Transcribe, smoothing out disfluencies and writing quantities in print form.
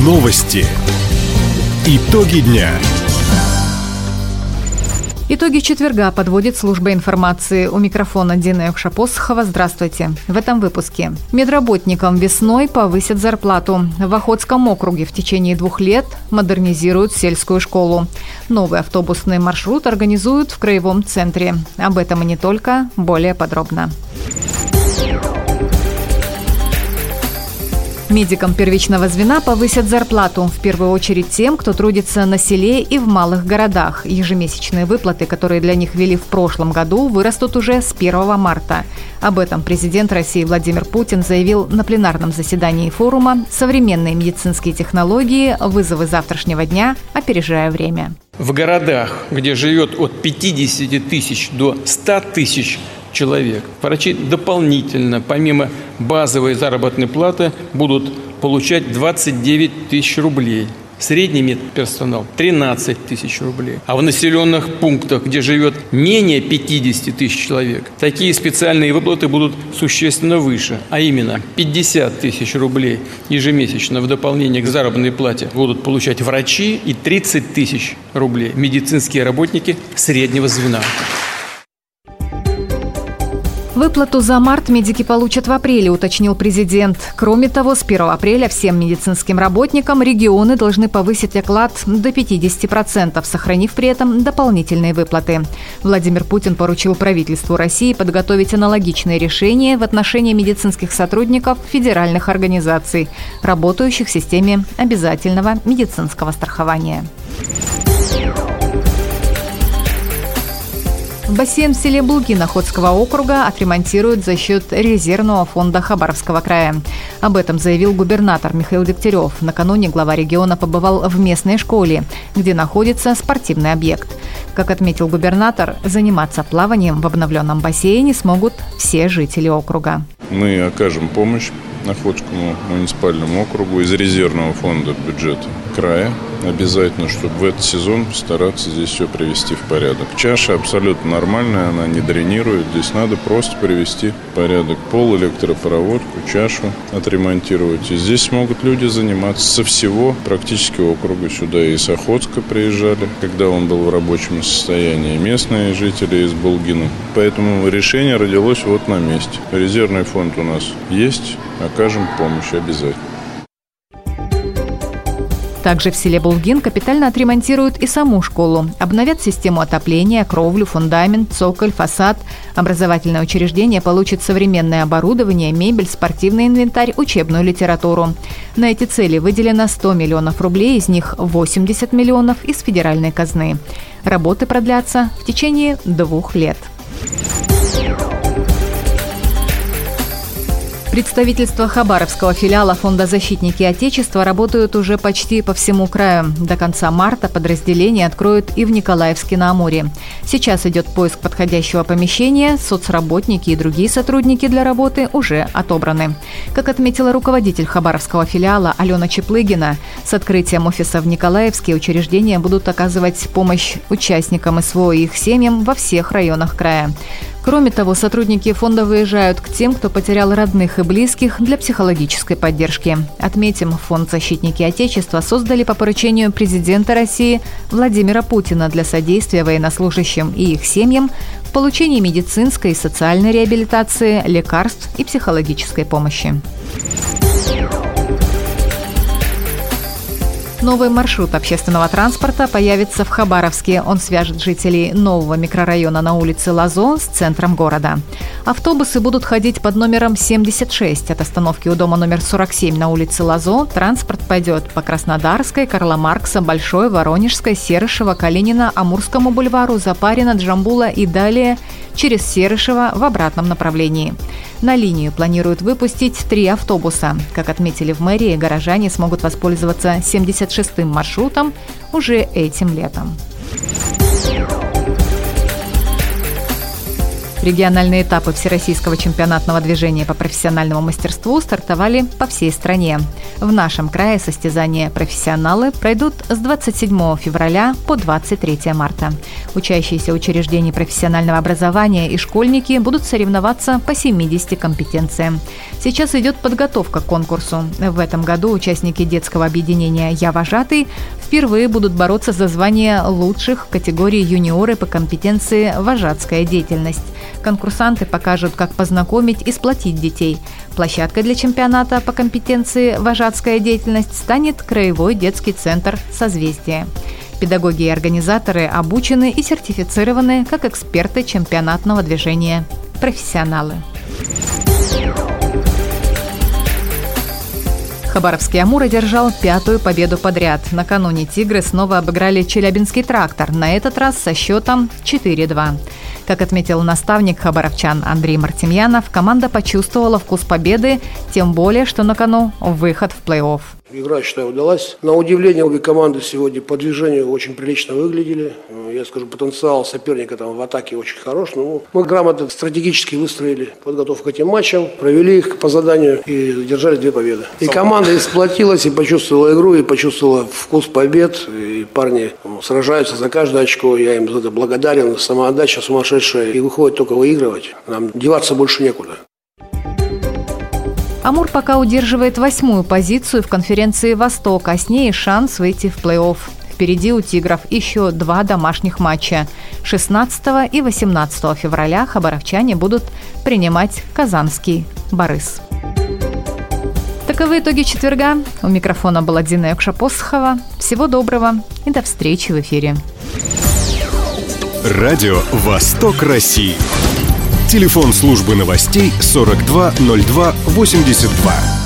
Новости. Итоги дня. Итоги четверга подводит служба информации. У микрофона Дина Юкшапосхова. Здравствуйте. В этом выпуске. Медработникам весной повысят зарплату. В Охотском округе в течение 2 лет модернизируют сельскую школу. Новый автобусный маршрут организуют в краевом центре. Об этом и не только. Более подробно. Медикам первичного звена повысят зарплату. В первую очередь тем, кто трудится на селе и в малых городах. Ежемесячные выплаты, которые для них ввели в прошлом году, вырастут уже с 1 марта. Об этом президент России Владимир Путин заявил на пленарном заседании форума «Современные медицинские технологии. Вызовы завтрашнего дня. Опережая время». В городах, где живет от 50 тысяч до 100 тысяч человек, врачи дополнительно, помимо базовой заработной платы, будут получать 29 тысяч рублей. Средний медперсонал – 13 тысяч рублей. А в населенных пунктах, где живет менее 50 тысяч человек, такие специальные выплаты будут существенно выше. А именно 50 тысяч рублей ежемесячно в дополнение к заработной плате будут получать врачи и 30 тысяч рублей медицинские работники среднего звена. Выплату за март медики получат в апреле, уточнил президент. Кроме того, с 1 апреля всем медицинским работникам регионы должны повысить оклад до 50%, сохранив при этом дополнительные выплаты. Владимир Путин поручил правительству России подготовить аналогичные решения в отношении медицинских сотрудников федеральных организаций, работающих в системе обязательного медицинского страхования. Бассейн в селе Булгин Охотского округа отремонтируют за счет резервного фонда Хабаровского края. Об этом заявил губернатор Михаил Дегтярев. Накануне глава региона побывал в местной школе, где находится спортивный объект. Как отметил губернатор, заниматься плаванием в обновленном бассейне смогут все жители округа. Мы окажем помощь Охотскому муниципальному округу из резервного фонда бюджета края. Обязательно, чтобы в этот сезон стараться здесь все привести в порядок. Чаша абсолютно нормальная, она не дренирует. Здесь надо просто привести в порядок пол, электропроводку, чашу отремонтировать. И здесь смогут люди заниматься со всего практически округа. Сюда и с Охотска приезжали, когда он был в рабочем состоянии. Местные жители из Булгина. Поэтому решение родилось вот на месте. Резервный фонд у нас есть. Окажем помощь обязательно. Также в селе Булгин капитально отремонтируют и саму школу. Обновят систему отопления, кровлю, фундамент, цоколь, фасад. Образовательное учреждение получит современное оборудование, мебель, спортивный инвентарь, учебную литературу. На эти цели выделено 100 миллионов рублей, из них 80 миллионов из федеральной казны. Работы продлятся в течение 2 лет. Представительства Хабаровского филиала Фонда «Защитники Отечества» работают уже почти по всему краю. До конца марта подразделения откроют и в Николаевске-на-Амуре. Сейчас идет поиск подходящего помещения, соцработники и другие сотрудники для работы уже отобраны. Как отметила руководитель Хабаровского филиала Алена Чеплыгина, с открытием офиса в Николаевске учреждения будут оказывать помощь участникам СВО и их семьям во всех районах края. Кроме того, сотрудники фонда выезжают к тем, кто потерял родных и близких, для психологической поддержки. Отметим, фонд «Защитники Отечества» создали по поручению президента России Владимира Путина для содействия военнослужащим и их семьям в получении медицинской и социальной реабилитации, лекарств и психологической помощи. Новый маршрут общественного транспорта появится в Хабаровске. Он свяжет жителей нового микрорайона на улице Лазо с центром города. Автобусы будут ходить под номером 76. От остановки у дома номер 47 на улице Лазо транспорт пойдет по Краснодарской, Карла Маркса, Большой, Воронежской, Серышева, Калинина, Амурскому бульвару, Запарина, Джамбула и далее через Серышево в обратном направлении. На линию планируют выпустить 3 автобуса. Как отметили в мэрии, горожане смогут воспользоваться 76-м маршрутом уже этим летом. Региональные этапы Всероссийского чемпионатного движения по профессиональному мастерству стартовали по всей стране. В нашем крае состязания «Профессионалы» пройдут с 27 февраля по 23 марта. Учащиеся учреждений профессионального образования и школьники будут соревноваться по 70 компетенциям. Сейчас идет подготовка к конкурсу. В этом году участники детского объединения «Я вожатый» впервые будут бороться за звание лучших в категории юниоры по компетенции «Вожатская деятельность». Конкурсанты покажут, как познакомить и сплотить детей. Площадкой для чемпионата по компетенции «Вожатская деятельность» станет Краевой детский центр «Созвездие». Педагоги и организаторы обучены и сертифицированы как эксперты чемпионатного движения «Профессионалы». Хабаровский «Амур» одержал 5-ю победу подряд. Накануне «Тигры» снова обыграли Челябинский «Трактор», на этот раз со счетом 4-2. Как отметил наставник хабаровчан Андрей Мартемьянов, команда почувствовала вкус победы, тем более, что на кону выход в плей-офф. Игра, считаю, удалась. На удивление, обе команды сегодня по движению очень прилично выглядели. Я скажу, потенциал соперника там в атаке очень хорош. Но мы грамотно, стратегически выстроили подготовку к этим матчам, провели их по заданию и держали 2 победы. И команда сплотилась, и почувствовала игру, и почувствовала вкус побед. И парни сражаются за каждое очко. Я им за это благодарен. Самоотдача сумасшедшая. И выходит только выигрывать. Нам деваться больше некуда. «Амур» пока удерживает 8-ю позицию в конференции «Восток», а с ней шанс выйти в плей-офф. Впереди у «Тигров» еще 2 домашних матча. 16 и 18 февраля хабаровчане будут принимать казанский «Борис». Таковы итоги четверга. У микрофона была Дина Якшапосхова. Всего доброго и до встречи в эфире. Радио «Восток России». Телефон службы новостей 42 02 82.